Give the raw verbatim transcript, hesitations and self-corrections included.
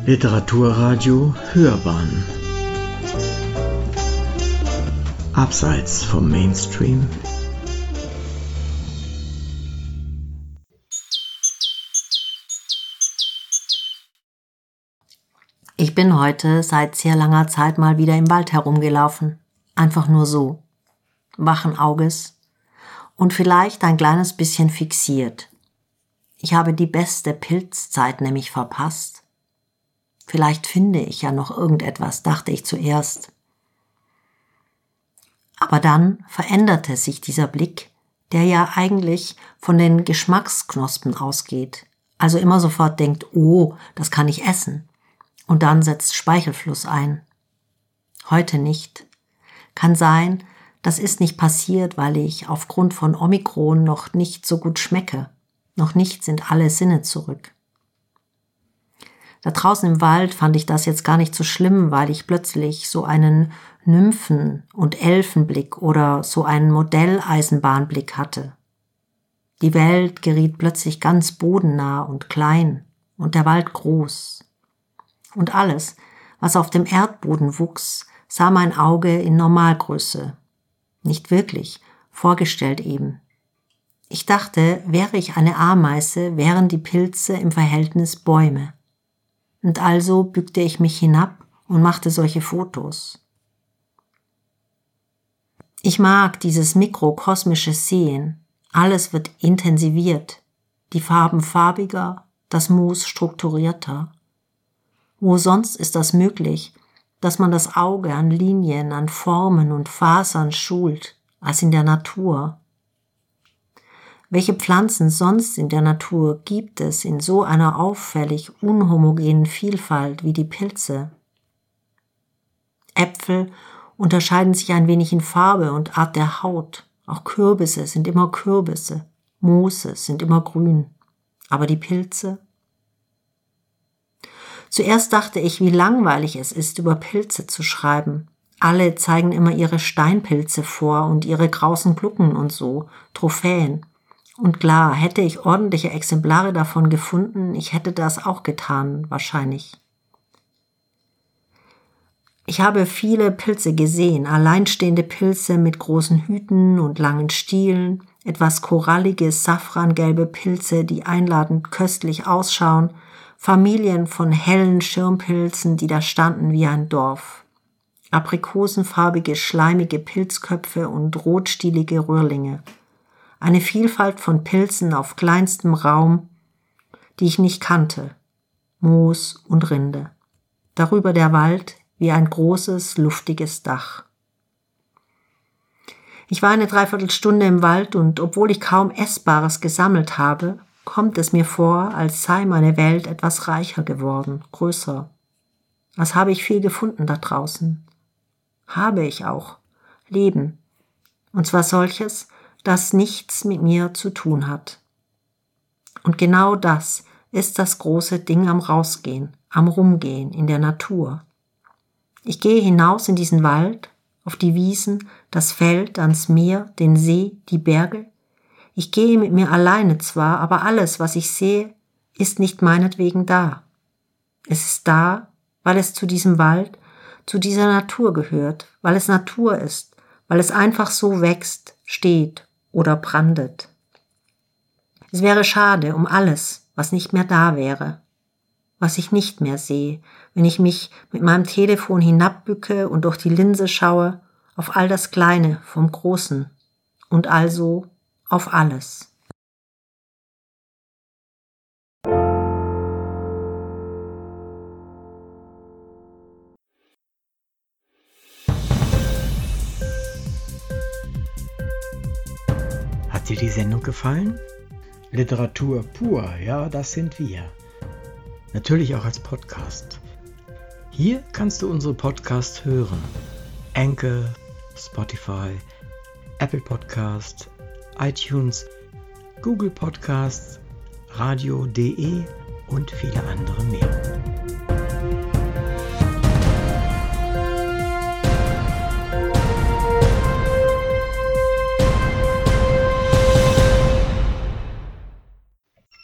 Literaturradio Hörbahn Abseits vom Mainstream. Ich bin heute seit sehr langer Zeit mal wieder im Wald herumgelaufen. Einfach nur so. Wachen Auges und vielleicht ein kleines bisschen fixiert. Ich habe die beste Pilzzeit nämlich verpasst. Vielleicht finde ich ja noch irgendetwas, dachte ich zuerst. Aber dann veränderte sich dieser Blick, der ja eigentlich von den Geschmacksknospen ausgeht. Also immer sofort denkt, oh, das kann ich essen. Und dann setzt Speichelfluss ein. Heute nicht. Kann sein, das ist nicht passiert, weil ich aufgrund von Omikron noch nicht so gut schmecke. Noch nicht sind alle Sinne zurück. Da draußen im Wald fand ich das jetzt gar nicht so schlimm, weil ich plötzlich so einen Nymphen- und Elfenblick oder so einen Modelleisenbahnblick hatte. Die Welt geriet plötzlich ganz bodennah und klein und der Wald groß. Und alles, was auf dem Erdboden wuchs, sah mein Auge in Normalgröße. Nicht wirklich, vorgestellt eben. Ich dachte, wäre ich eine Ameise, wären die Pilze im Verhältnis Bäume. Und also bückte ich mich hinab und machte solche Fotos. Ich mag dieses mikrokosmische Sehen. Alles wird intensiviert, die Farben farbiger, das Moos strukturierter. Wo sonst ist das möglich, dass man das Auge an Linien, an Formen und Fasern schult, als in der Natur? Welche Pflanzen sonst in der Natur gibt es in so einer auffällig unhomogenen Vielfalt wie die Pilze? Äpfel unterscheiden sich ein wenig in Farbe und Art der Haut. Auch Kürbisse sind immer Kürbisse, Moose sind immer grün. Aber die Pilze? Zuerst dachte ich, wie langweilig es ist, über Pilze zu schreiben. Alle zeigen immer ihre Steinpilze vor und ihre grausen Glucken und so, Trophäen. Und klar, hätte ich ordentliche Exemplare davon gefunden, ich hätte das auch getan, wahrscheinlich. Ich habe viele Pilze gesehen, alleinstehende Pilze mit großen Hüten und langen Stielen, etwas korallige, safrangelbe Pilze, die einladend köstlich ausschauen, Familien von hellen Schirmpilzen, die da standen wie ein Dorf, aprikosenfarbige, schleimige Pilzköpfe und rotstielige Röhrlinge. Eine Vielfalt von Pilzen auf kleinstem Raum, die ich nicht kannte, Moos und Rinde. Darüber der Wald wie ein großes, luftiges Dach. Ich war eine Dreiviertelstunde im Wald und obwohl ich kaum Essbares gesammelt habe, kommt es mir vor, als sei meine Welt etwas reicher geworden, größer. Als habe ich viel gefunden da draußen. Habe ich auch. Leben. Und zwar solches, das nichts mit mir zu tun hat. Und genau das ist das große Ding am Rausgehen, am Rumgehen in der Natur. Ich gehe hinaus in diesen Wald, auf die Wiesen, das Feld, ans Meer, den See, die Berge. Ich gehe mit mir alleine zwar, aber alles, was ich sehe, ist nicht meinetwegen da. Es ist da, weil es zu diesem Wald, zu dieser Natur gehört, weil es Natur ist, weil es einfach so wächst, steht oder brandet. Es wäre schade um alles, was nicht mehr da wäre, was ich nicht mehr sehe, wenn ich mich mit meinem Telefon hinabbücke und durch die Linse schaue auf all das Kleine vom Großen und also auf alles. Hat dir die Sendung gefallen? Literatur pur, ja, das sind wir. Natürlich auch als Podcast. Hier kannst du unsere Podcasts hören. Anchor, Spotify, Apple Podcast, iTunes, Google Podcasts, radio punkt de und viele andere mehr.